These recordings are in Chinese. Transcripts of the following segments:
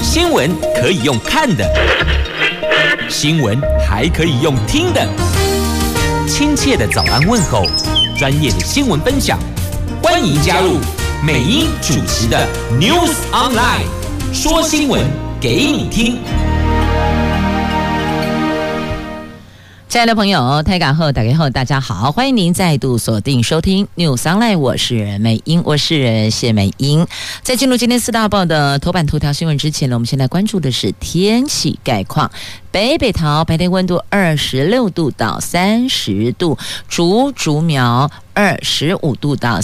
新闻可以用看的，新闻还可以用听的。亲切的早安问候，专业的新闻分享，欢迎加入美英主持的 News Online， 说新闻给你听。 亲爱的朋友，台港后打开后，大家好，欢迎您再度锁定收听 News Online， 我是美英，我是谢美英。在进入今天四大报的头版头条新闻之前呢，我们现在关注的是天气概况。北桃白天温度26度到30度，竹苗25度到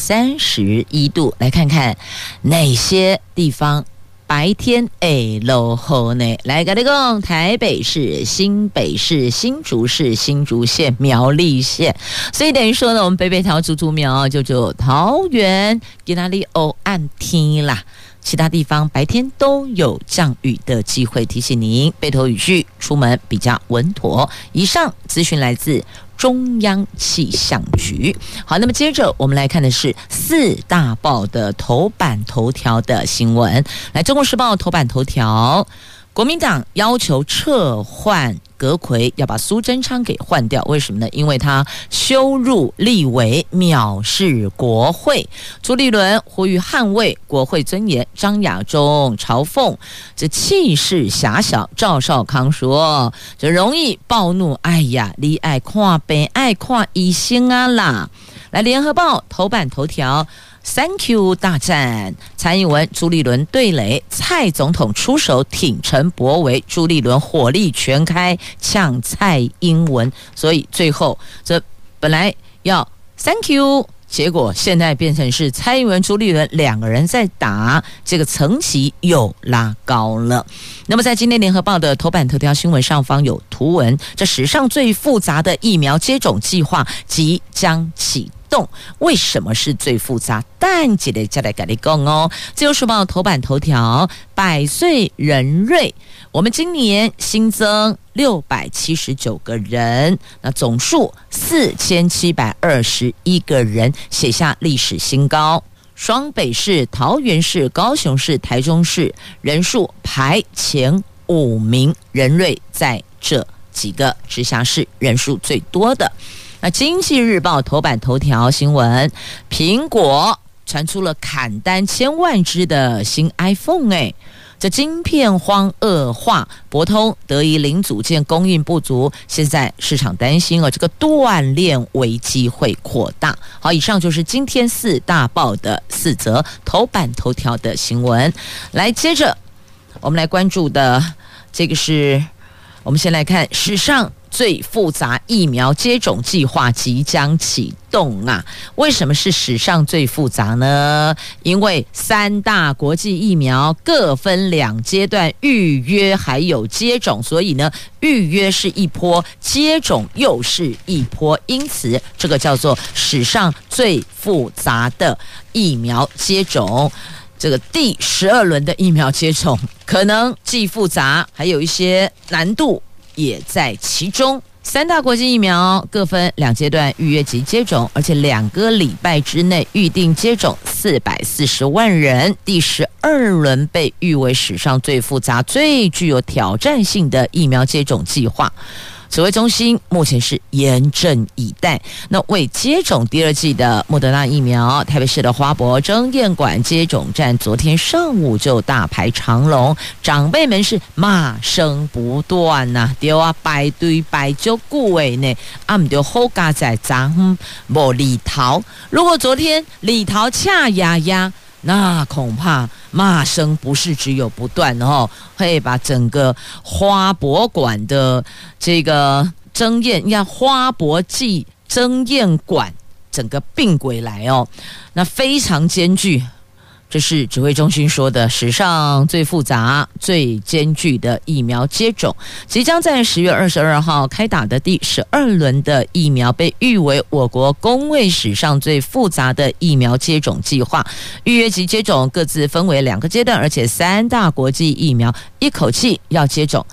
31度。来看看哪些地方白天落雨呢？来跟你讲，台北市、新北市、新竹市、新竹县、苗栗县，所以等于说呢，我们北桃竹苗就桃园给那里暗天啦。其他地方白天都有降雨的机会，提醒您背头雨具出门比较稳妥。以上资讯来自中央气象局。好，那么接着我们来看的是四大报的头版头条的新闻。来，中国时报头版头条，国民党要求撤换阁揆，要把苏贞昌给换掉，为什么呢？因为他羞辱立委，藐视国会。朱立伦呼吁捍卫国会尊严，张亚中嘲讽这气势狭小。赵少康说这容易暴怒，哎呀，你爱看病爱看医生啊啦。来，联合报头版头条，Thank you 大战，蔡英文、朱立伦对垒，蔡总统出手挺陈柏惟，朱立伦火力全开呛蔡英文，所以最后这本来要 Thank you， 结果现在变成是蔡英文、朱立伦两个人在打，这个层级又拉高了。那么在今天联合报的头版头条新闻上方有图文，这史上最复杂的疫苗接种计划即将启动。为什么是最复杂？但记得再来跟你讲哦。自由时报头版头条，100岁人瑞，我们今年新增679个人，那总数4721个人，写下历史新高。双北市、桃园市、高雄市、台中市人数排前5名，人瑞在这几个直辖市人数最多的。那经济日报头版头条新闻，苹果传出了砍单1000万只的新 iPhone， 这晶片荒恶化，博通得以零组件供应不足，现在市场担心这个断链危机会扩大。好，以上就是今天四大报的4则头版头条的新闻。来，接着我们来关注的这个是，我们先来看史上最复杂疫苗接种计划即将启动啊！为什么是史上最复杂呢？因为3大国际疫苗各分2阶段预约还有接种，所以呢，预约是一波，接种又是一波，因此这个叫做史上最复杂的疫苗接种。这个第12轮的疫苗接种可能既复杂，还有一些难度也在其中。3大国际疫苗各分2阶段预约及接种，而且2个礼拜之内预定接种440万人。第12轮被誉为史上最复杂、最具有挑战性的疫苗接种计划。指挥中心目前是严阵以待。那为接种第2剂的莫德纳疫苗，台北市的花博争艳馆接种站昨天上午就大排长龙，长辈们是骂声不断呐，对啊，排队排就久的呢，不就好家在咱没里头。如果昨天里头恰压压，那恐怕骂声不是只有不断哦，会把整个花博馆的这个争艳，你看花博暨争艳馆整个并轨来哦，那非常艰巨。这是指挥中心说的史上最复杂、最艰巨的疫苗接种，即将在10月22号开打的第12轮的疫苗，被誉为我国公卫史上最复杂的疫苗接种计划。预约及接种各自分为2个阶段，而且3大国际疫苗一口气要接种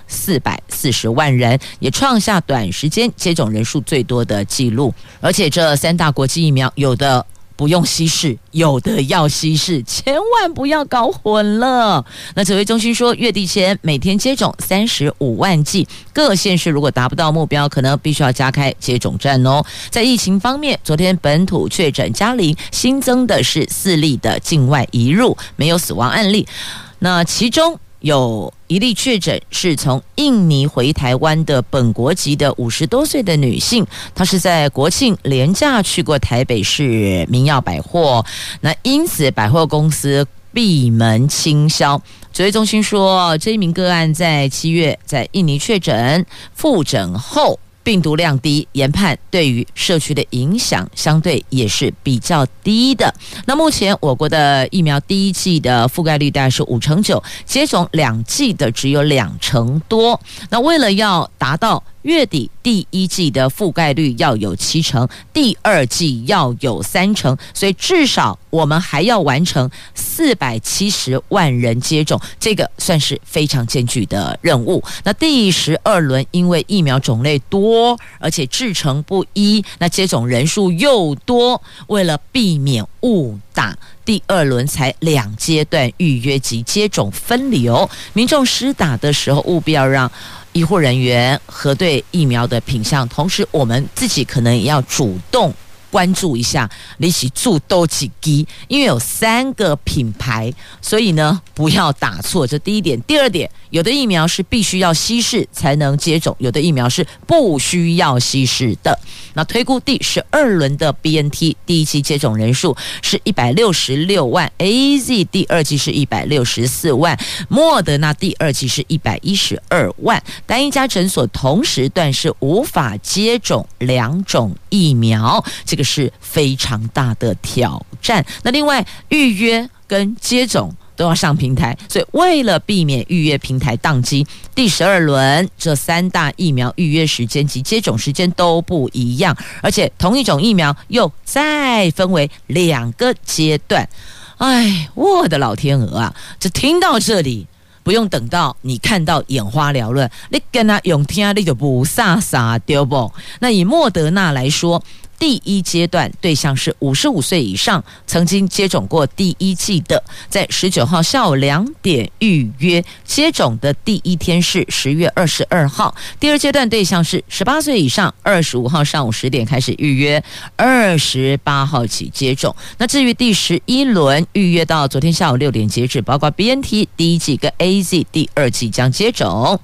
440万人，也创下短时间接种人数最多的纪录。而且这3大国际疫苗有的不用稀释，有的要稀释，千万不要搞混了。那指挥中心说，月底前每天接种35万剂，各县市如果达不到目标，可能必须要加开接种站哦。在疫情方面，昨天本土确诊加0，新增的是4例的境外移入，没有死亡案例。那其中有1例确诊是从印尼回台湾的本国籍的50多岁的女性，她是在国庆连假去过台北市明耀百货，那因此百货公司闭门清销。指挥中心说，这一名个案在7月在印尼确诊，复诊后病毒量低，研判对于社区的影响相对也是比较低的。那目前我国的疫苗第1剂的覆盖率大概是9%，接种2剂的只有2%多。那为了要达到月底第1剂的覆盖率要有7%，第2剂要有3%，所以至少我们还要完成470万人接种，这个算是非常艰巨的任务。那第12轮因为疫苗种类多，而且制程不一，那接种人数又多，为了避免误打，第2轮才2阶段预约及接种分流，民众施打的时候务必要让医护人员核对疫苗的品项，同时我们自己可能也要主动关注一下你是住多几剂，因为有3个品牌，所以呢不要打错，这第一点。第二点，有的疫苗是必须要稀释才能接种，有的疫苗是不需要稀释的。那推估第12轮的 BNT 第1期接种人数是166万， AZ 第2期是164万，莫德纳第2期是112万。单一家诊所同时段是无法接种2种疫苗，这个是非常大的挑战。那另外预约跟接种都要上平台，所以为了避免预约平台宕机，第12轮这3大疫苗预约时间及接种时间都不一样，而且同一种疫苗又再分为2个阶段。哎，我的老天鹅啊，这听到这里不用等到你看到眼花缭乱，你跟他用听你就不傻傻对不？那以莫德纳来说，第1阶段对象是55岁以上，曾经接种过第1剂的，在19号下午2点预约，接种的第1天是10月22号。第2阶段对象是18岁以上，25号上午10点开始预约，28号起接种。那至于第11轮预约到昨天下午6点截止，包括 BNT 第1剂跟 AZ 第2剂将接种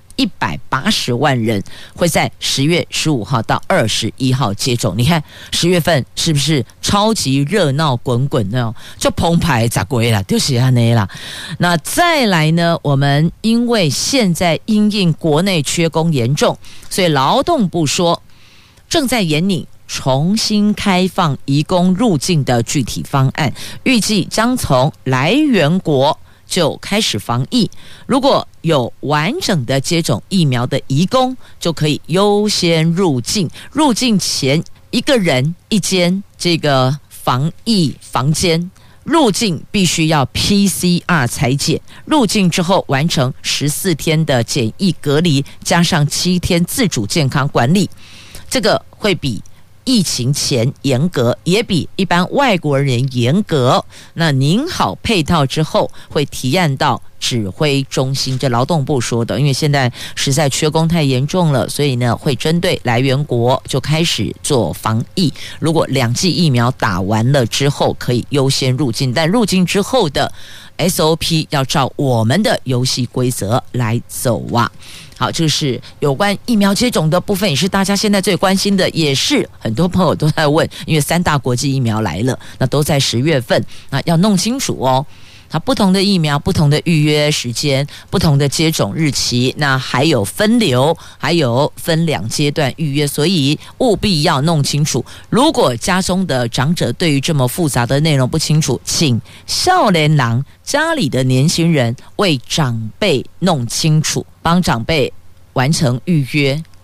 180万人，会在10月15号到21号接种。你看10月份是不是超级热闹滚滚呢？就澎湃咋鬼啦，就是这样啦。那再来呢，我们因为现在因应国内缺工严重，所以劳动部说正在研拟重新开放移工入境的具体方案，预计将从来源国就开始防疫，如果有完整的接种疫苗的移工，就可以优先入境。入境前1个人1间这个防疫房间，入境必须要 PCR 采检，入境之后完成14天的检疫隔离，加上7天自主健康管理，这个会比疫情前严格，也比一般外国人严格。那您好配套之后会提案到指挥中心，这劳动部说的，因为现在实在缺工太严重了，所以呢会针对来源国就开始做防疫。如果2剂疫苗打完了之后可以优先入境，但入境之后的 SOP 要照我们的游戏规则来走啊。好，这是有关疫苗接种的部分，也是大家现在最关心的，也是很多朋友都在问，因为3大国际疫苗来了，那都在10月份，那要弄清楚哦。它不同的疫苗，不同的预约时间，不同的接种日期，那还有分流，还有分2阶段预约，所以务必要弄清楚。如果家中的长者对于这么复杂的内容不清楚，请少年郎家里的年轻人为长辈弄清楚，帮长辈完成预约，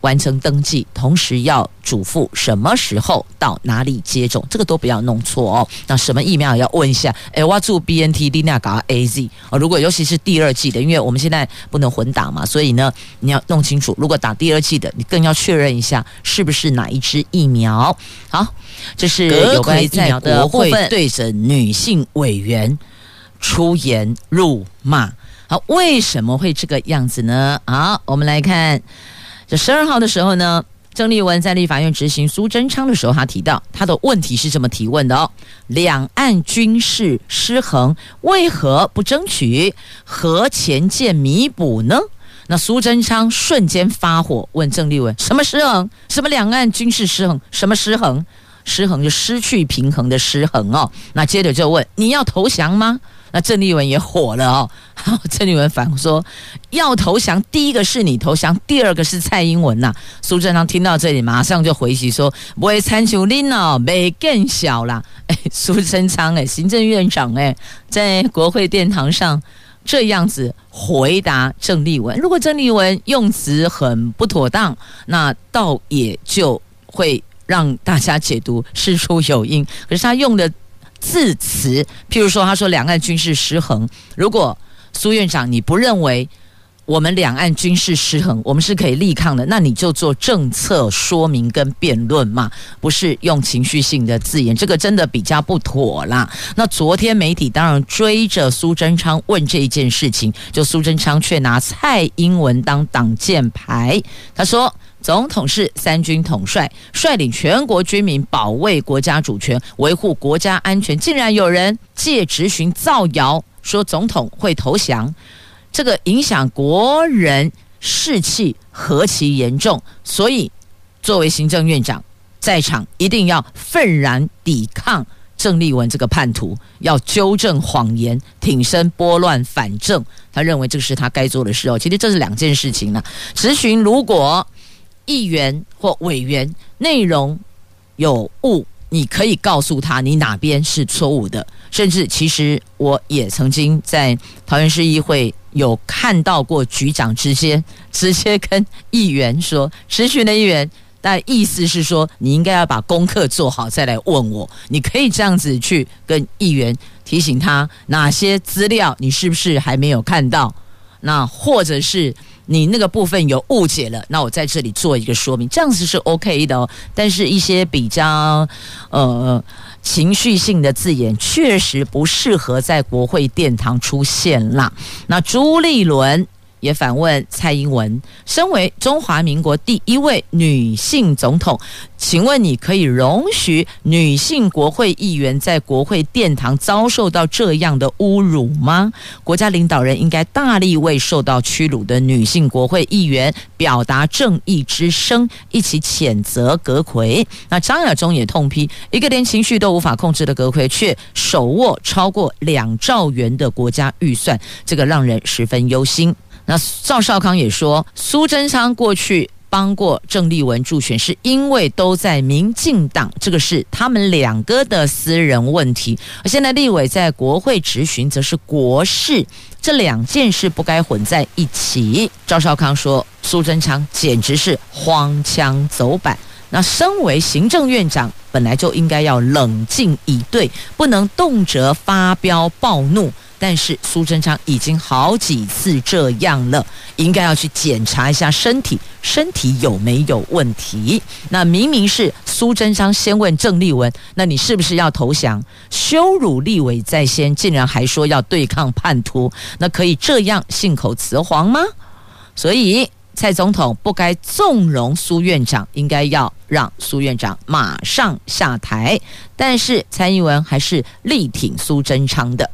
完成登记，同时要嘱咐什么时候到哪里接种，这个都不要弄错哦。那什么疫苗也要问一下，我注 BNT 你那搞 AZ 哦，如果尤其是第二季的，因为我们现在不能混打嘛，所以呢你要弄清楚，如果打第二季的，你更要确认一下是不是哪一支疫苗。好，这是有关疫苗的部分。对着女性委员出言辱骂，好，为什么会这个样子呢？好，我们来看。这12号的时候呢，郑丽文在立法院执行苏贞昌的时候，他提到他的问题是这么提问的哦：两岸军事失衡，为何不争取核前舰弥补呢？那苏贞昌瞬间发火，问郑丽文：什么失衡？什么两岸军事失衡？什么失衡？失衡就失去平衡的失衡哦。那接着就问：你要投降吗？那郑丽文也火了哦，郑丽文反说要投降，第一个是你投降，第二个是蔡英文呐。苏贞昌听到这里，马上就回击说：不会参求您哦，没更小啦。苏贞昌行政院长在国会殿堂上这样子回答郑丽文，如果郑丽文用词很不妥当，那倒也就会让大家解读事出有因。可是他用的字词，譬如说他说两岸军事失衡，如果苏院长你不认为我们两岸军事失衡，我们是可以力抗的，那你就做政策说明跟辩论嘛，不是用情绪性的字眼，这个真的比较不妥啦。那昨天媒体当然追着苏贞昌问这一件事情，就苏贞昌却拿蔡英文当挡箭牌，他说总统是三军统帅，率领全国军民保卫国家主权，维护国家安全，竟然有人借质询造谣说总统会投降，这个影响国人士气何其严重，所以作为行政院长在场一定要愤然抵抗郑丽文这个叛徒，要纠正谎言，挺身拨乱反正，他认为这是他该做的事哦。其实这是两件事情呢。质询如果议员或委员内容有误，你可以告诉他你哪边是错误的，甚至其实我也曾经在桃园市议会有看到过局长直接跟议员说，质询的议员但意思是说你应该要把功课做好再来问我，你可以这样子去跟议员提醒他哪些资料你是不是还没有看到，那或者是你那个部分有误解了，那我在这里做一个说明，这样子是 OK 的哦。但是一些比较情绪性的字眼确实不适合在国会殿堂出现啦。那朱立伦也反问蔡英文，身为中华民国第一位女性总统，请问你可以容许女性国会议员在国会殿堂遭受到这样的侮辱吗？国家领导人应该大力为受到屈辱的女性国会议员表达正义之声，一起谴责阁揆。那张亚中也痛批，一个连情绪都无法控制的阁揆，却手握超过2兆元的国家预算，这个让人十分忧心。那赵少康也说，苏贞昌过去帮过郑丽文助选，是因为都在民进党，这个是他们两个的私人问题。而现在立委在国会质询，则是国事，这两件事不该混在一起。赵少康说，苏贞昌简直是荒腔走板。那身为行政院长，本来就应该要冷静以对，不能动辄发飙暴怒。但是苏贞昌已经好几次这样了，应该要去检查一下身体有没有问题。那明明是苏贞昌先问郑丽文，那你是不是要投降？羞辱立委在先，竟然还说要对抗叛徒，那可以这样信口雌黄吗？所以蔡总统不该纵容苏院长，应该要让苏院长马上下台。但是蔡英文还是力挺苏贞昌的。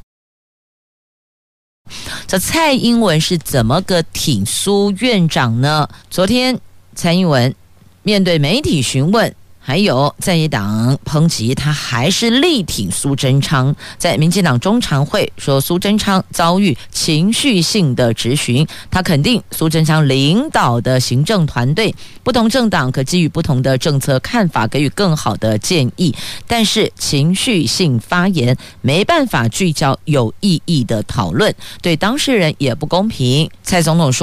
这蔡英文是怎么个挺苏院长呢？昨天蔡英文面对媒体询问，还有在野党抨击，他还是力挺苏贞昌。在民进党中常会说，苏贞昌遭遇情绪性的质询，他肯定苏贞昌领导的行政团队，不同政党可基于不同的政策看法给予更好的建议，但是情绪性发言没办法聚焦有意义的讨论，对当事人也不公平。蔡总统说，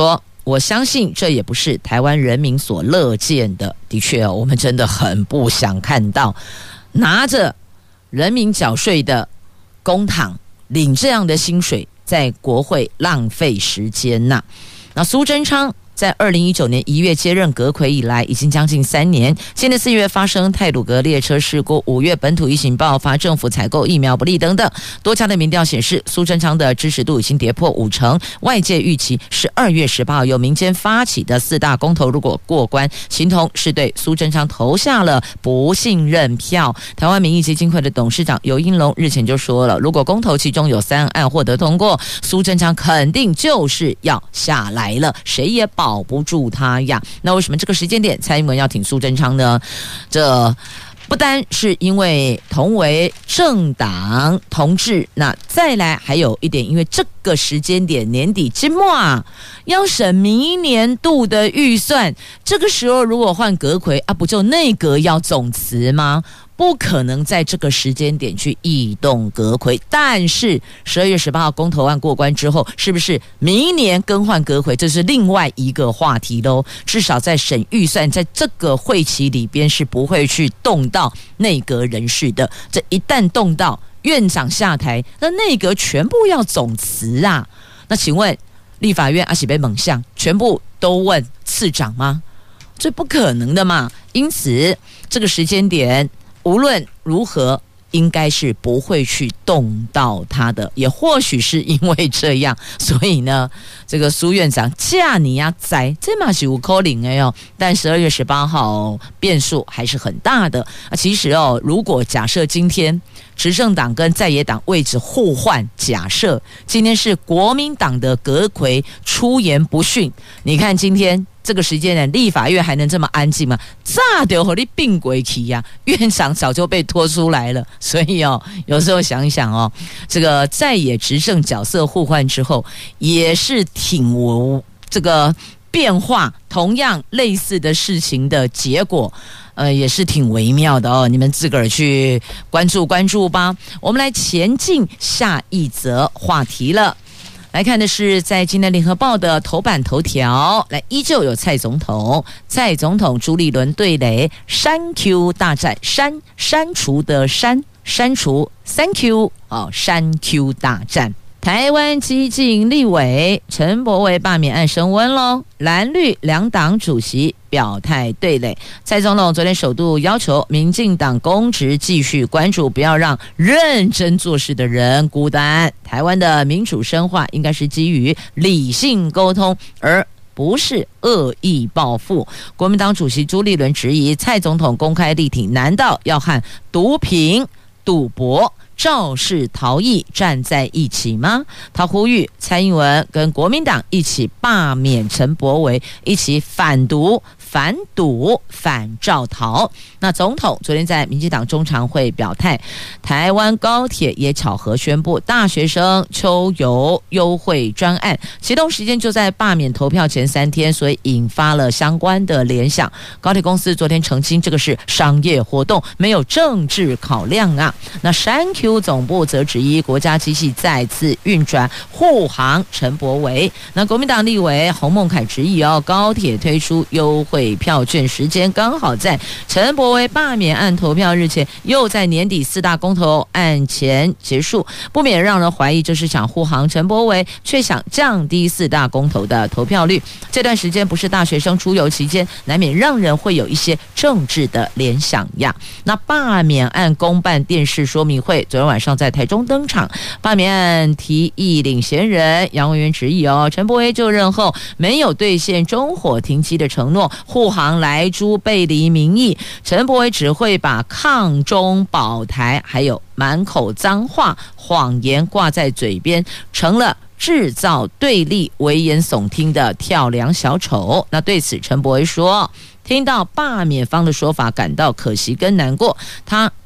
我相信这也不是台湾人民所乐见的。的确我们真的很不想看到拿着人民缴税的公帑领这样的薪水在国会浪费时间呐。那苏贞昌在2019年1月接任阁揆以来，已经将近3年。今年4月发生太鲁阁列车事故，5月本土疫情爆发，政府采购疫苗不力等等，多家的民调显示，苏贞昌的支持度已经跌破50%。外界预期12月18号由民间发起的4大公投如果过关，形同是对苏贞昌投下了不信任票。台湾民意基金会的董事长游英龙日前就说了，如果公投其中有3案获得通过，苏贞昌肯定就是要下来了，谁也保不住他呀。那为什么这个时间点蔡英文要挺苏贞昌呢？这不单是因为同为政党同志，那再来还有一点，因为这个时间点年底之末要审明年度的预算，这个时候如果换阁揆不就内阁要总辞吗？不可能在这个时间点去异动阁揆。但是12月18号公投案过关之后，是不是明年更换阁揆，这是另外一个话题咯。至少在审预算，在这个会期里边是不会去动到内阁人事的。这一旦动到院长下台，那内阁全部要总辞啊。那请问立法院是被猛象全部都问次长吗？这不可能的嘛。因此这个时间点无论如何应该是不会去动到他的，也或许是因为这样，所以呢，这个苏院长架你呀宰，这嘛是有可能的哟。但12月18号变数还是很大的。其实如果假设今天执政党跟在野党位置互换，假设今天是国民党的阁揆出言不逊，你看今天这个时间点，立法院还能这么安静吗？炸掉和你并轨起呀！院长早就被拖出来了，所以有时候想一想这个在野执政角色互换之后，也是挺这个变化，同样类似的事情的结果。也是挺微妙的你们自个儿去关注关注吧。我们来前进下一则话题了。来看的是在今天联合报的头版头条，来依旧有蔡总统朱立伦对垒删 Q 大战，删除的删除3 Q 删 Q 大战。台湾基进立委陈柏惟罢免案升温咯，蓝绿两党主席表态对垒。蔡总统昨天首度要求民进党公职继续关注，不要让认真做事的人孤单。台湾的民主深化应该是基于理性沟通，而不是恶意报复。国民党主席朱立伦质疑蔡总统公开力挺，难道要和毒品、赌博、肇事逃逸站在一起吗？他呼吁蔡英文跟国民党一起罢免陈柏惟，一起反毒、反赌、反肇逃。那总统昨天在民进党中常会表态，台湾高铁也巧合宣布大学生秋游优惠专案启动时间就在罢免投票前3天，所以引发了相关的联想。高铁公司昨天澄清，这个是商业活动，没有政治考量啊。那删 Q 总部则质疑国家机器再次运转护航陈柏惟。那国民党立委洪孟凯质疑高铁推出优惠票券时间刚好在陈柏惟罢免案投票日前，又在年底4大公投案前结束，不免让人怀疑这是想护航陈柏惟，却想降低4大公投的投票率。这段时间不是大学生出游期间，难免让人会有一些政治的联想呀。那罢免案公办电视说明会昨天晚上在台中登场，罢免案提议领衔人杨文元质疑陈柏惟就任后没有兑现中火停机的承诺，护航莱猪背离民意，陈柏惟只会把抗中保台还有满口脏话谎言挂在嘴边，成了制造对立危言耸听的跳梁小丑。那对此陈柏惟说，听到罢免方的说法感到可惜跟难过，他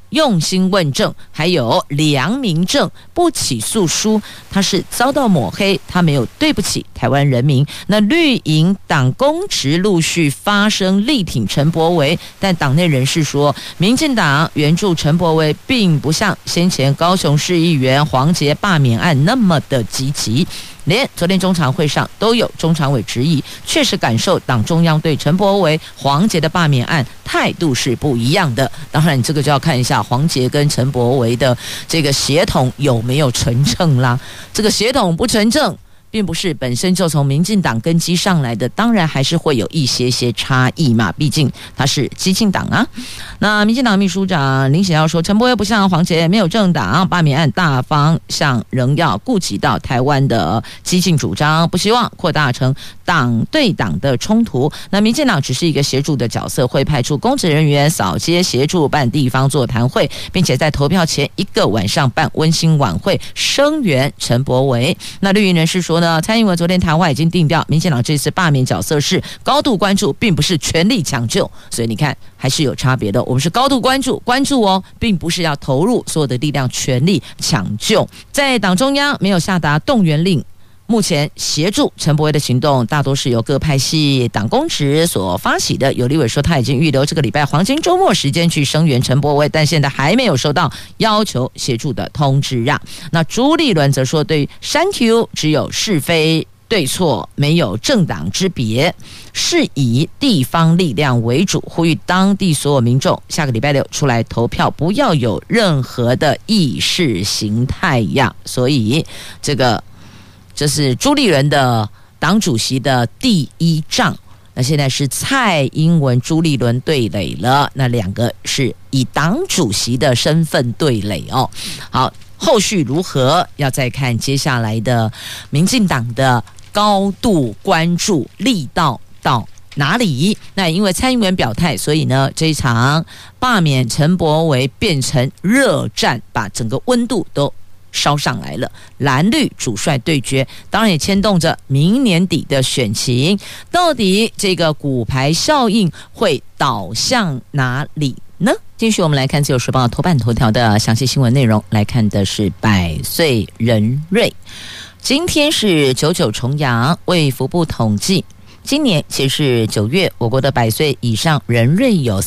用心问政，还有良民证不起诉书，他是遭到抹黑，他没有对不起台湾人民。那绿营党公职陆续发声力挺陈柏惟，但党内人士说，民进党援助陈柏惟并不像先前高雄市议员黄捷罢免案那么的积极。连昨天中常会上都有中常委质疑，确实感受党中央对陈柏惟、黄捷的罢免案态度是不一样的。当然，你这个就要看一下黄捷跟陈柏惟的这个协同有没有成正啦。这个协同不成正，并不是本身就从民进党根基上来的，当然还是会有一些差异嘛，毕竟他是激进党啊。那民进党秘书长林显耀说，陈柏惟不像黄捷没有政党，罢免案大方向仍要顾及到台湾的激进主张，不希望扩大成党对党的冲突。那民进党只是一个协助的角色，会派出公职人员扫街协助办地方座谈会，并且在投票前一个晚上办温馨晚会声援陈柏惟。那绿营人士说呢，蔡英文昨天谈话已经定调，民进党这次罢免角色是高度关注，并不是全力抢救，所以你看还是有差别的。我们是高度关注哦，并不是要投入所有的力量全力抢救。在党中央没有下达动员令，目前协助陈柏惟的行动大多是由各派系党公职所发起的。有立委说他已经预留这个礼拜黄金周末时间去声援陈柏惟，但现在还没有收到要求协助的通知啊。那朱立伦则说，对删 Q 只有是非对错，没有政党之别，是以地方力量为主，呼吁当地所有民众下个礼拜六出来投票，不要有任何的意识形态呀。所以这是朱立伦的党主席的第一仗，那现在是蔡英文、朱立伦对垒了，那两个是以党主席的身份对垒哦。好，后续如何要再看接下来的民进党的高度关注力道到哪里？那因为蔡英文表态，所以呢，这一场罢免陈柏惟变成热战，把整个温度都烧上来了。蓝绿主帅对决，当然也牵动着明年底的选情，到底这个骨牌效应会导向哪里呢？继续我们来看自由时报头版头条的详细新闻内容，来看的是百岁人瑞。今天是99重阳，卫福部统计，今年截至9月，我国的100岁以上人瑞有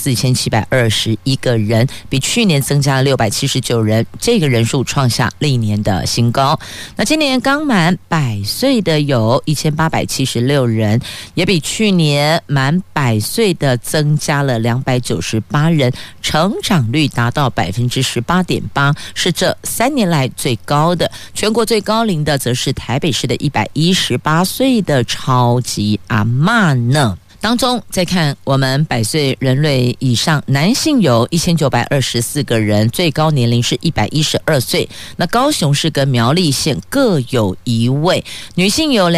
4721个人，比去年增加了679人，这个人数创下历年的新高。那今年刚满100岁的有1876人，也比去年满100岁的增加了298人，成长率达到 18.8%， 是这3年来最高的。全国最高龄的则是台北市的118岁的超级阿嬷呢。当中再看我们100岁人瑞以上男性有1924个人，最高年龄是112岁。那高雄市跟苗栗县各有1位。女性有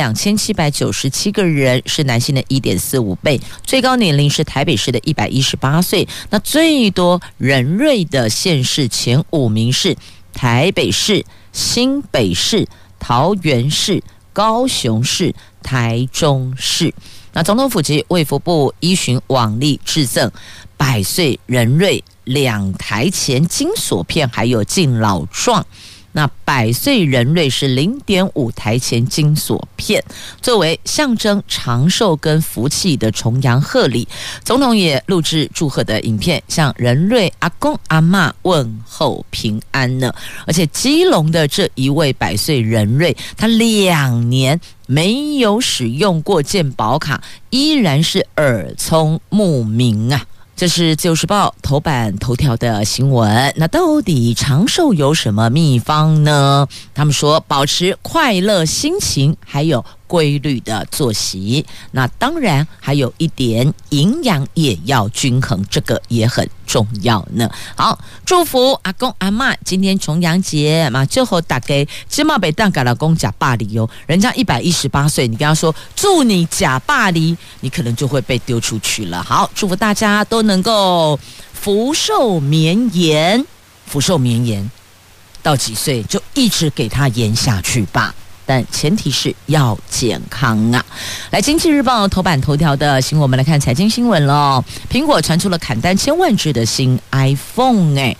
2797个人，是男性的 1.45 倍，最高年龄是台北市的118岁。那最多人瑞的县市前5名是台北市、新北市、桃园市、高雄市、台中市。那总统府及卫福部依循往例致赠100岁人瑞2台前金锁片，还有敬老状。那100岁人瑞是 0.5 台前金锁片，作为象征长寿跟福气的重阳贺礼。总统也录制祝贺的影片，向人瑞阿公阿嬷问候平安呢。而且基隆的这一位100岁人瑞，他2年没有使用过健保卡，依然是耳聪目明啊。这是自由时报头版头条的新闻。那到底长寿有什么秘方呢？他们说保持快乐心情，还有规律的作息，那当然还有一点营养也要均衡，这个也很重要呢。好，祝福阿公阿嬷今天重阳节嘛，最后大家今嘛被当给老公假霸黎哦，人家118岁，你跟他说祝你假霸黎，你可能就会被丢出去了。好，祝福大家都能够福寿绵延，福寿绵延到几岁就一直给他延下去吧。但前提是要健康啊！来，经济日报头版头条的新闻，我们来看财经新闻了。苹果传出了砍单1000万只的新 iPhone，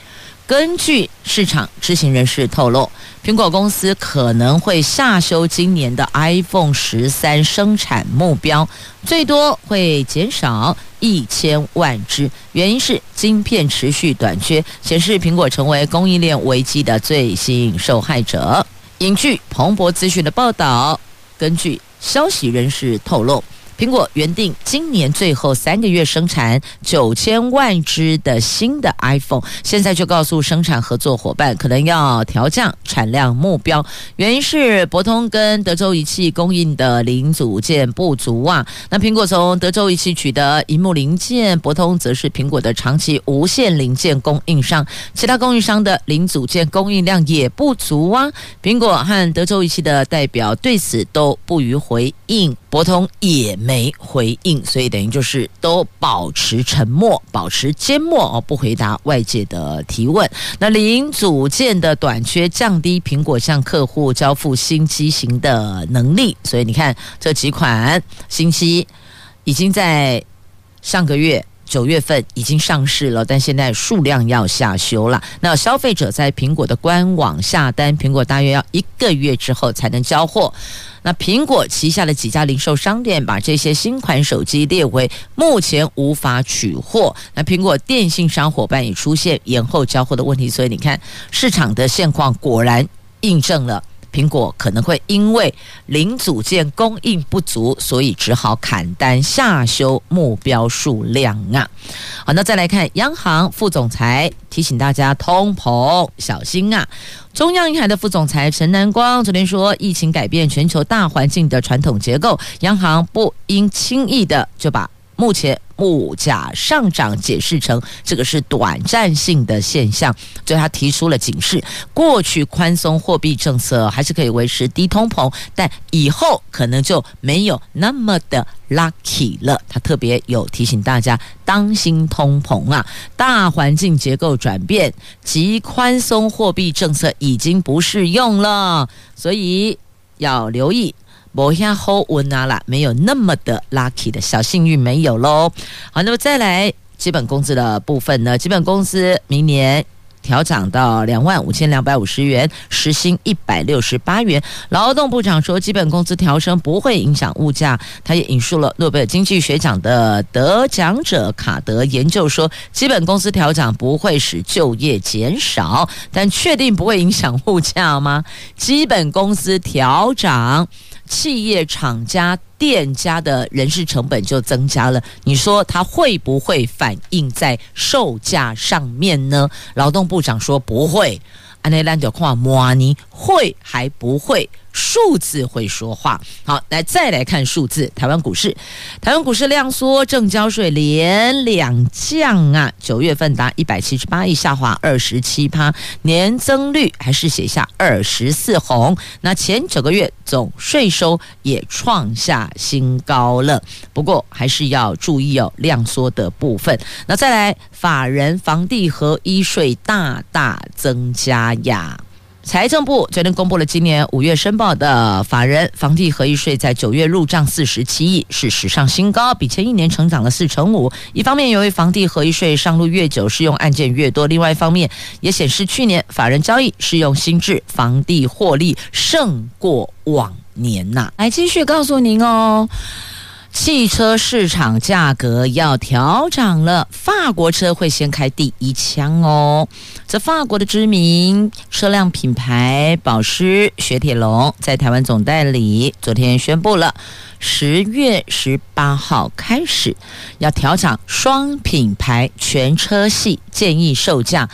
根据市场知情人士透露，苹果公司可能会下修今年的 iPhone 13生产目标，最多会减少1000万只，原因是晶片持续短缺，显示苹果成为供应链危机的最新受害者。引据彭博资讯的报道，根据消息人士透露，苹果原定今年最后3个月生产9000万只的新的 iPhone， 现在就告诉生产合作伙伴可能要调降产量目标，原因是博通跟德州仪器供应的零组件不足啊。那苹果从德州仪器取得萤幕零件，博通则是苹果的长期无线零件供应商，其他供应商的零组件供应量也不足啊。苹果和德州仪器的代表对此都不予回应，博通也没回应，所以等于就是都保持沉默，保持缄默不回答外界的提问。那零组件的短缺降低苹果向客户交付新机型的能力，所以你看这几款新机已经在上个月9月份已经上市了，但现在数量要下修了。那消费者在苹果的官网下单，苹果大约要1个月之后才能交货。那苹果旗下的几家零售商店把这些新款手机列为目前无法取货，那苹果电信商伙伴也出现延后交货的问题，所以你看市场的现况果然印证了苹果可能会因为零组件供应不足，所以只好砍单下修目标数量啊。好，那再来看央行副总裁提醒大家通膨小心啊。中央银行的副总裁陈南光昨天说，疫情改变全球大环境的传统结构，央行不应轻易的就把目前物价上涨解释成这个是短暂性的现象，所以他提出了警示，过去宽松货币政策还是可以维持低通膨，但以后可能就没有那么的 lucky 了。他特别有提醒大家当心通膨啊，大环境结构转变，极宽松货币政策已经不适用了，所以要留意没那么好运啊啦，没有那么的 lucky 的小幸运没有咯。好，那么再来基本工资的部分呢，基本工资明年调涨到25250元，时薪168元。劳动部长说，基本工资调升不会影响物价。他也引述了诺贝尔经济学奖的得奖者卡德研究说，基本工资调涨不会使就业减少，但确定不会影响物价吗？基本工资调涨，企业厂家店家的人事成本就增加了，你说它会不会反映在售价上面呢？劳动部长说不会，安内兰就看模拟会还不会，数字会说话。好，再来看数字，台湾股市量缩，证交税连2降啊，9月份达178亿，下滑27%，年增率还是写下24红。那前9个月总税收也创下新高了，不过还是要注意量缩的部分。那再来，法人房地合一税大大增加呀。财政部昨天公布了今年5月申报的法人房地合一税，在9月入账47亿，是史上新高，比前一年成长了4%。一方面，由于房地合一税上路越久，适用案件越多；另外一方面，也显示去年法人交易适用新制房地获利胜过往年呐。来继续告诉您哦。汽车市场价格要调涨了，法国车会先开第一枪哦。这法国的知名车辆品牌保时雪铁龙在台湾总代理昨天宣布了，10月18号开始要调涨双品牌全车系建议售价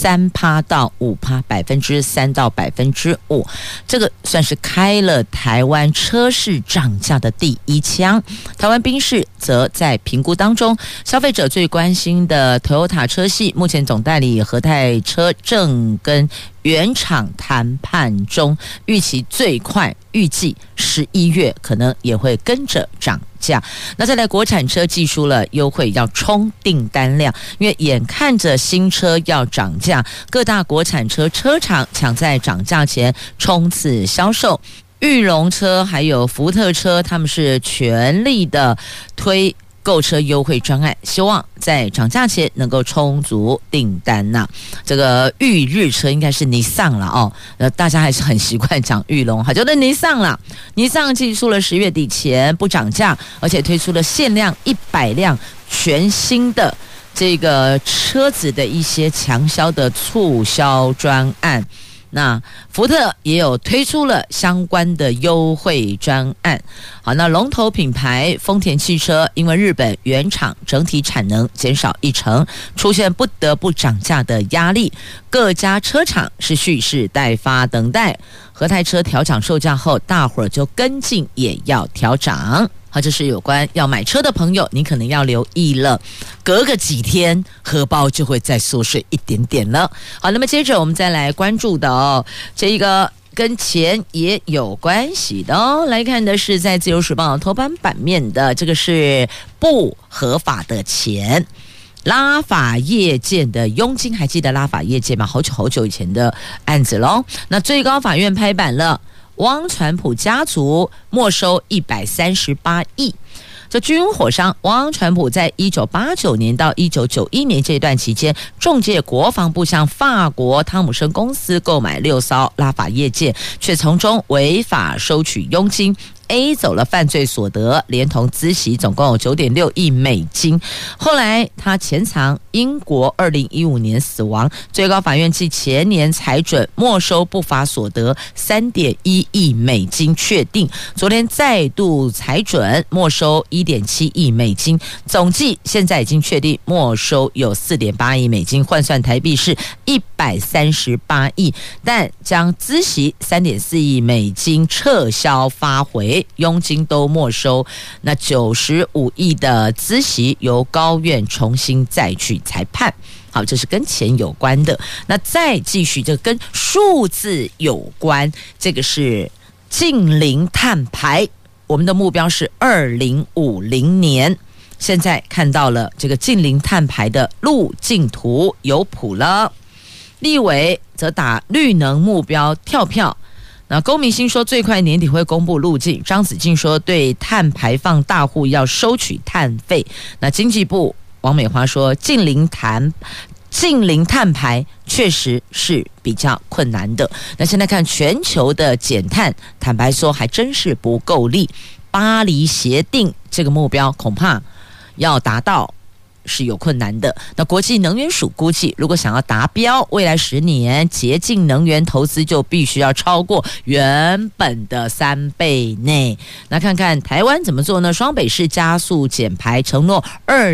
3%到5%，3%到5%，这个算是开了台湾车市涨价的第一枪。台湾宾士则在评估当中，消费者最关心的 Toyota 车系，目前总代理和泰车正跟原厂谈判中，预期最快预计11月可能也会跟着涨价。那再来，国产车祭出了优惠，要冲订单量，因为眼看着新车要涨价，各大国产车车厂抢在涨价前冲刺销售。裕隆车还有福特车，他们是全力的推购车优惠专案，希望在涨价前能够充足订单呐。这个裕日车应该是尼桑了哦，大家还是很习惯讲裕隆，好，就是尼桑啦。尼桑寄出了10月底前不涨价，而且推出了限量100辆全新的这个车子的一些强销的促销专案。那福特也有推出了相关的优惠专案。好，那龙头品牌丰田汽车因为日本原厂整体产能减少1成，出现不得不涨价的压力，各家车厂是蓄势待发，等待和泰车调涨售价后，大伙儿就跟进也要调涨。好，这是有关要买车的朋友，你可能要留意了，隔个几天荷包就会再缩水一点点了。好，那么接着我们再来关注的这一个跟钱也有关系的来看的是在自由时报头版版面的，这个是不合法的钱。拉法叶舰的佣金，还记得拉法叶舰吗？好久以前的案子咯。那最高法院拍板了，汪传普家族没收138亿。这军火商汪传普在1989年到1991年这段期间，中介国防部向法国汤姆森公司购买6艘拉法叶舰，却从中违法收取佣金，A 走了犯罪所得，连同孳息总共有9.6亿美金。后来他潜藏英国，2015年死亡。最高法院继前年裁准没收不法所得3.1亿美金，确定昨天再度裁准没收1.7亿美金，总计现在已经确定没收有4.8亿美金，换算台币是138亿，但将孳息3.4亿美金撤销发回，佣金都没收。那95亿的孳息由高院重新再去裁判。好，这是跟钱有关的。那再继续，这跟数字有关，这个是净零碳排，我们的目标是2050年。现在看到了这个净零碳排的路径图有谱了。立委则打绿能目标跳票。那龚明鑫说最快年底会公布路径，张子静说对碳排放大户要收取碳费。那经济部王美花说净零碳排确实是比较困难的。那现在看全球的减碳，坦白说还真是不够力。巴黎协定这个目标恐怕要达到是有困难的。那国际能源署估计，如果想要达标，未来10年洁净能源投资就必须要超过原本的3倍内。那看看台湾怎么做呢？双北市加速减排，承诺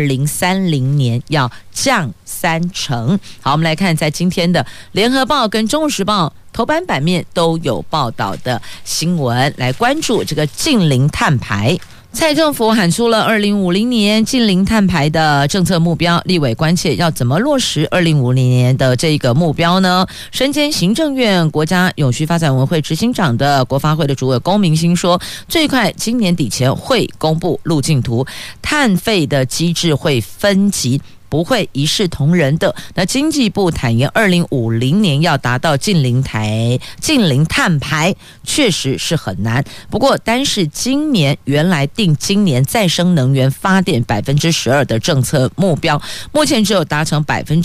2030年要降3成。好，我们来看在今天的联合报跟中国时报头版版面都有报道的新闻，来关注这个净零碳排。蔡政府喊出了2050年净零碳排的政策目标，立委关切要怎么落实2050年的这个目标呢？身兼行政院国家永续发展委员会执行长的国发会的主委龚明鑫说，最快今年底前会公布路径图，碳费的机制会分级，不会一视同仁的。那经济部坦言2050年要达到净零碳排确实是很难，不过单是今年原来定今年再生能源发电12%的政策目标，目前只有达成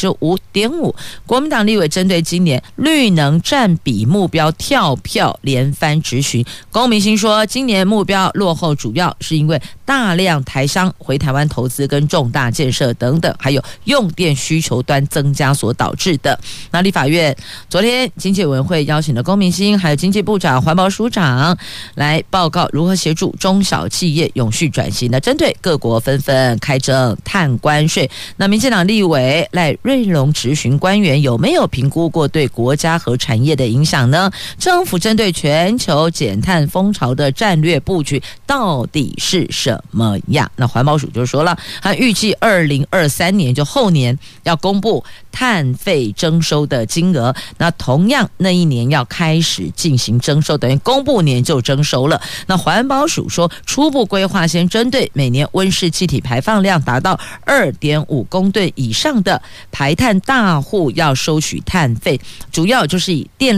5.5%。国民党立委针对今年绿能占比目标跳票连番质询，龚明鑫说今年目标落后主要是因为大量台商回台湾投资跟重大建设等等，还有用电需求端增加所导致的。那立法院昨天经济委员会邀请了龚明鑫还有经济部长环保署长来报告如何协助中小企业永续转型。那针对各国纷纷开征碳关税，那民进党立委赖瑞隆质询官员有没有评估过对国家和产业的影响呢？政府针对全球减碳风潮的战略布局到底是什么样？那环保署就说了，他预计2023年就后年要公布碳费征收的金额，那同样那一年要开始进行征收，等于公布年就征收了。那环保署说初步规划先针对每年温室气体排放量达到2.5公吨以上的排碳大户要收取碳费，主要就是以电力、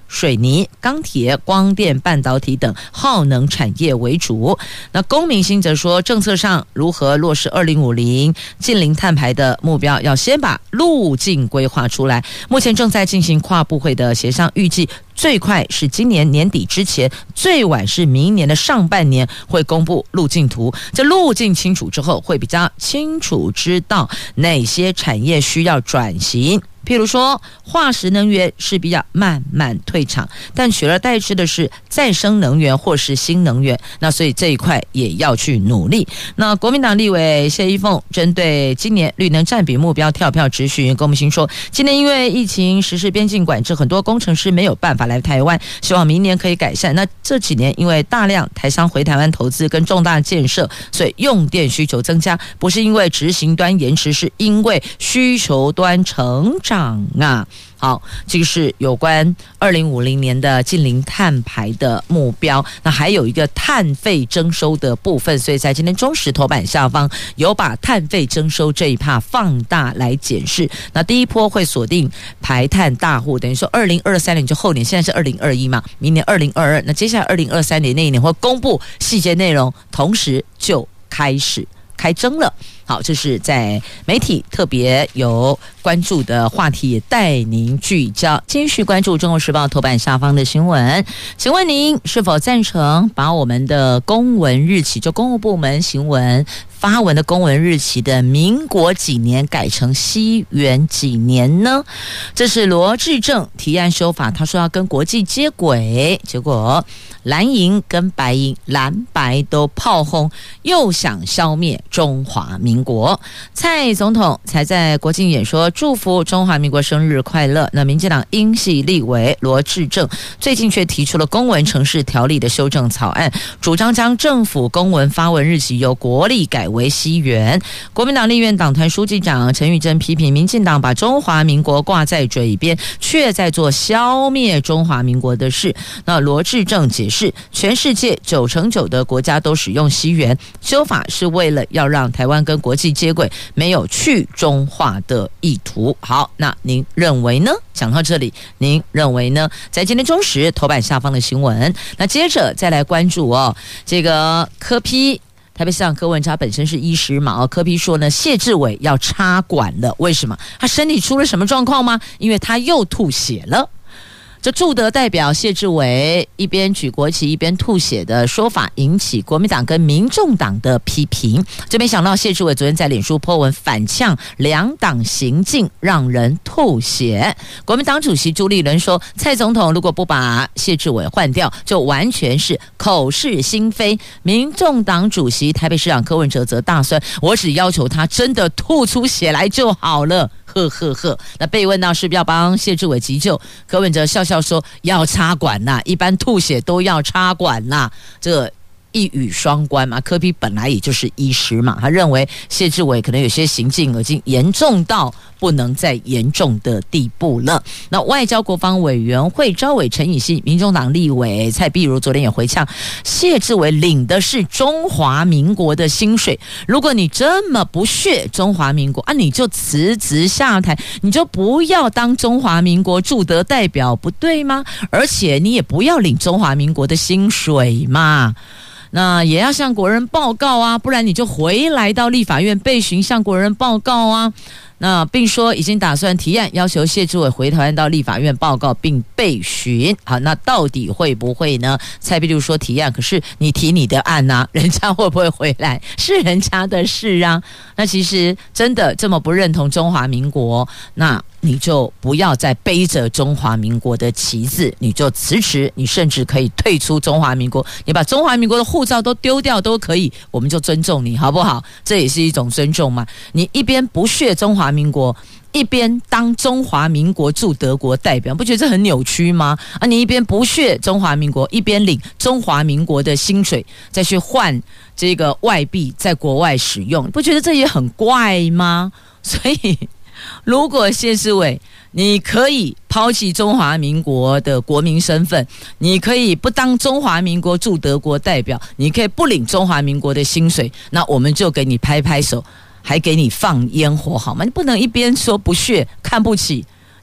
水泥、钢铁、光电、半导体等耗能产业为主。那龚明鑫则说，政策上如何落实2050近零碳排的目标，要先把路径规划出来。目前正在进行跨部会的协商，预计最快是今年年底之前，最晚是明年的上半年会公布路径图。这路径清楚之后，会比较清楚知道哪些产业需要转型。譬如说，化石能源是比较慢慢退场，但取而代之的是再生能源或是新能源。那所以这一块也要去努力。那国民党立委谢依凤针对今年绿能占比目标跳票质询，龚明鑫说，今年因为疫情实施边境管制，很多工程师没有办法来台湾，希望明年可以改善。那这几年因为大量台商回台湾投资跟重大建设，所以用电需求增加，不是因为执行端延迟，是因为需求端成长啊。好，这个是有关2050年的近零碳排的目标。那还有一个碳费征收的部分，所以在今天中时头版下方有把碳费征收这一趴放大来检视。那第一波会锁定排碳大户，等于说2023年就后年，现在是2021嘛，明年2022，那接下来2023年那一年会公布细节内容，同时就开始开征了。好，这是在媒体特别有关注的话题，也带您聚焦。继续关注《中国时报》头版下方的新闻，请问您是否赞成把我们的公文日期，就公务部门行文发文的公文日期的民国几年改成西元几年呢？这是罗致政提案修法，他说要跟国际接轨，结果蓝营跟白营蓝白都炮轰，又想消灭中华民国。蔡总统才在国庆演说祝福中华民国生日快乐。那民进党英系立委罗致政最近却提出了公文程式条例的修正草案，主张将政府公文发文日期由国历改为西元。国民党立院党团书记长陈玉珍批评民进党把中华民国挂在嘴边，却在做消灭中华民国的事。那罗致政解释，全世界99%的国家都使用西元，修法是为了要让台湾跟国际接轨，没有去中化的意图。好，那您认为呢？讲到这里，您认为呢？在今天中时头版下方的新闻，那接着再来关注这个柯 P。台北市长柯文哲本身是医师嘛，柯 P 说呢，谢志伟要插管了，为什么？他身体出了什么状况吗？因为他又吐血了。这驻德代表谢志伟一边举国旗一边吐血的说法引起国民党跟民众党的批评。这没想到谢志伟昨天在脸书 po 文反呛两党行径让人吐血。国民党主席朱立伦说，蔡总统如果不把谢志伟换掉，就完全是口是心非。民众党主席台北市长柯文哲则大酸，我只要求他真的吐出血来就好了。呵呵呵。那被问到是不是要帮谢志伟急救，柯文哲笑笑说要插管啦，一般吐血都要插管啦，这一语双关嘛。柯 P 本来也就是医师嘛，他认为谢志伟可能有些行径已经严重到不能再严重的地步了。那外交国防委员会召委陈以信、民众党立委蔡壁如昨天也回呛，谢志伟领的是中华民国的薪水，如果你这么不屑中华民国你就辞职下台，你就不要当中华民国驻德代表，不对吗？而且你也不要领中华民国的薪水嘛。那也要向国人报告啊，不然你就回来到立法院备询向国人报告啊。那并说已经打算提案要求谢志伟回台湾到立法院报告并备询。好，那到底会不会呢？蔡壁如说提案，可是你提你的案啊，人家会不会回来是人家的事啊。那其实真的这么不认同中华民国，那你就不要再背着中华民国的旗帜，你就辞职，你甚至可以退出中华民国，你把中华民国的护照都丢掉都可以，我们就尊重你，好不好？这也是一种尊重嘛。你一边不屑中华民国，一边当中华民国驻德国代表，不觉得这很扭曲吗？你一边不屑中华民国，一边领中华民国的薪水，再去换这个外币在国外使用，不觉得这也很怪吗？所以如果谢志伟你可以抛弃中华民国的国民身份，你可以不当中华民国驻德国代表，你可以不领中华民国的薪水，那我们就给你拍拍手，还给你放烟火好吗？你不能一边说不屑看不起，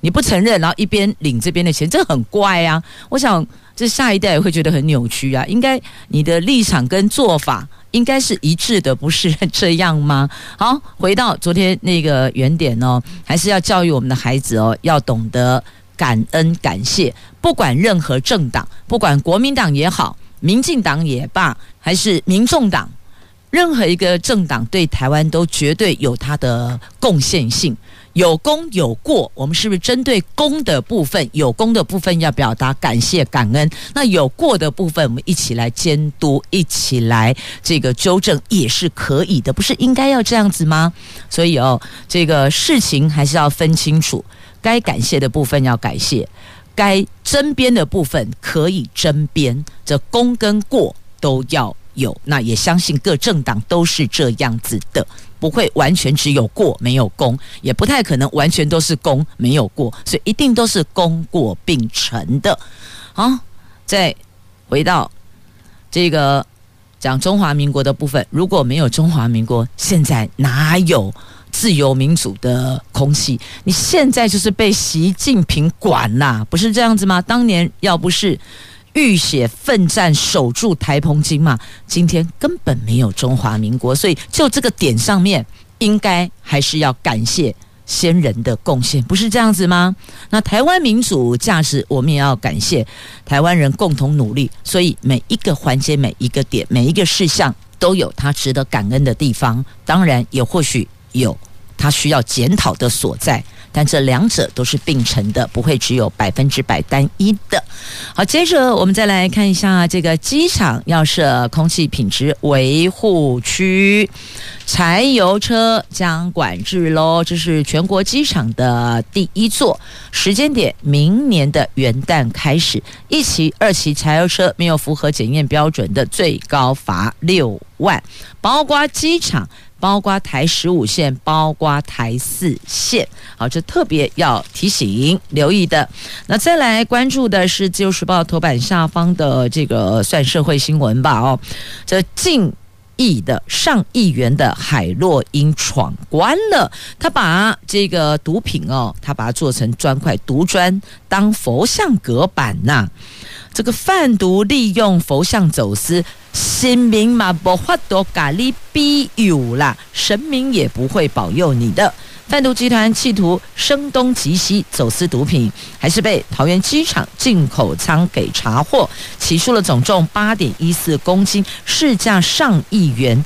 你不承认，然后一边领这边的钱，这很怪啊。我想这下一代也会觉得很扭曲啊。应该你的立场跟做法应该是一致的，不是这样吗？好，回到昨天那个原点哦，还是要教育我们的孩子哦，要懂得感恩感谢，不管任何政党，不管国民党也好，民进党也罢，还是民众党，任何一个政党对台湾都绝对有它的贡献性，有功有过。我们是不是针对功的部分，有功的部分要表达感谢感恩，那有过的部分我们一起来监督，一起来这个纠正也是可以的，不是应该要这样子吗？所以这个事情还是要分清楚，该感谢的部分要感谢，该争辩的部分可以争辩，这功跟过都要有。那也相信各政党都是这样子的，不会完全只有过没有功，也不太可能完全都是功没有过，所以一定都是功过并成的。好，再回到这个讲中华民国的部分，如果没有中华民国，现在哪有自由民主的空气？你现在就是被习近平管啦，不是这样子吗？当年要不是浴血奋战守住台澎金马，今天根本没有中华民国。所以就这个点上面，应该还是要感谢先人的贡献，不是这样子吗？那台湾民主价值，我们也要感谢台湾人共同努力，所以每一个环节、每一个点、每一个事项都有它值得感恩的地方，当然也或许有它需要检讨的所在，但这两者都是并存的，不会只有100%单一的。好，接着我们再来看一下这个机场要设空气品质维护区，柴油车将管制咯，这是全国机场的第一座，时间点明年的元旦开始，一期、二期柴油车没有符合检验标准的，最高罚6万，包括机场，包括台15线，包括台4线。好，这特别要提醒留意的。那再来关注的是自由时报头版下方的这个算社会新闻吧这近亿的上亿元的海洛因闯关了，他把这个毒品他把它做成砖块，毒砖当佛像隔板呐。这个贩毒利用佛像走私，神明嘛不法度咖喱庇佑啦，神明也不会保佑你的。贩毒集团企图声东击西走私毒品，还是被桃园机场进口仓给查获，起诉了总重8.14公斤，市价上亿元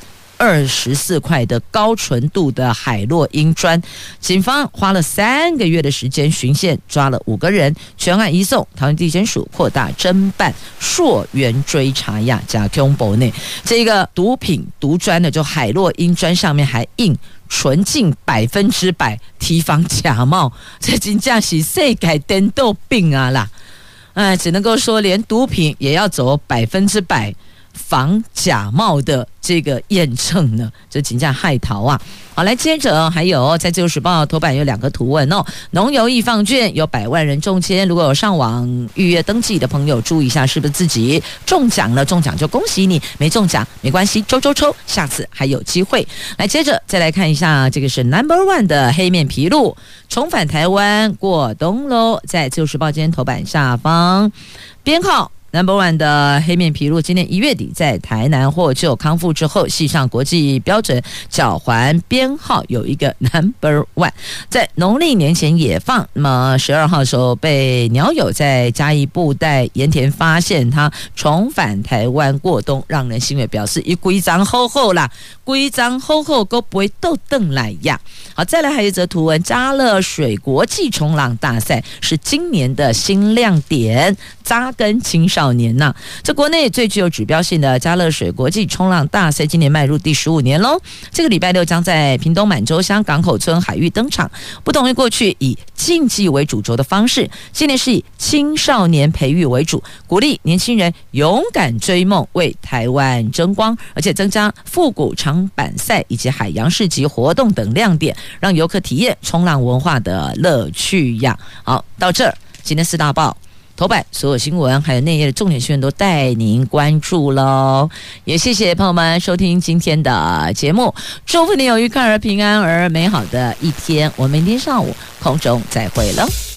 24块的高纯度的海洛因砖，警方花了3个月的时间巡线，抓了5个人，全案移送桃园地检署扩大侦办，溯源追查呀，加恐怖呢。这个毒品毒砖的就海洛因砖上面还印纯净100%，提防假冒，这真正是世界颠倒病啊啦！只能够说连毒品也要走100%防假冒的这个验证呢，这真正害逃啊！好，来接着还有在自由时报头版有2个图文农游易放券有100万人中签，如果有上网预约登记的朋友注意一下，是不是自己中奖了？中奖就恭喜你，没中奖没关系，抽，下次还有机会。来接着再来看一下，这个是 No.1 的黑面琵鹭重返台湾过冬喽，在自由时报今天头版下方编号No.1 的黑面琵鹭今年1月底在台南获救康复之后，系上国际标准脚环编号有一个 No.1， 在农历年前也放。那么12号的时候被鸟友在嘉义布袋盐田发现他重返台湾过冬，让人欣慰，表示一规章厚厚啦，规章厚厚都不会斗邓来呀。好，再来还有一则图文，嘉乐水国际冲浪大赛是今年的新亮点，扎根青少年呐。这国内最具有指标性的嘉乐水国际冲浪大赛今年迈入第15年喽。这个礼拜6将在屏东满洲乡港口村海域登场，不同于过去以竞技为主轴的方式，今年是以青少年培育为主，鼓励年轻人勇敢追梦，为台湾争光，而且增加复古长板赛以及海洋市集活动等亮点，让游客体验冲浪文化的乐趣呀。好，到这儿，今天4大报头版所有新闻还有内页的重点新闻都带您关注喽，也谢谢朋友们收听今天的节目，祝福你有愉快而平安而美好的一天，我们明天上午空中再会了。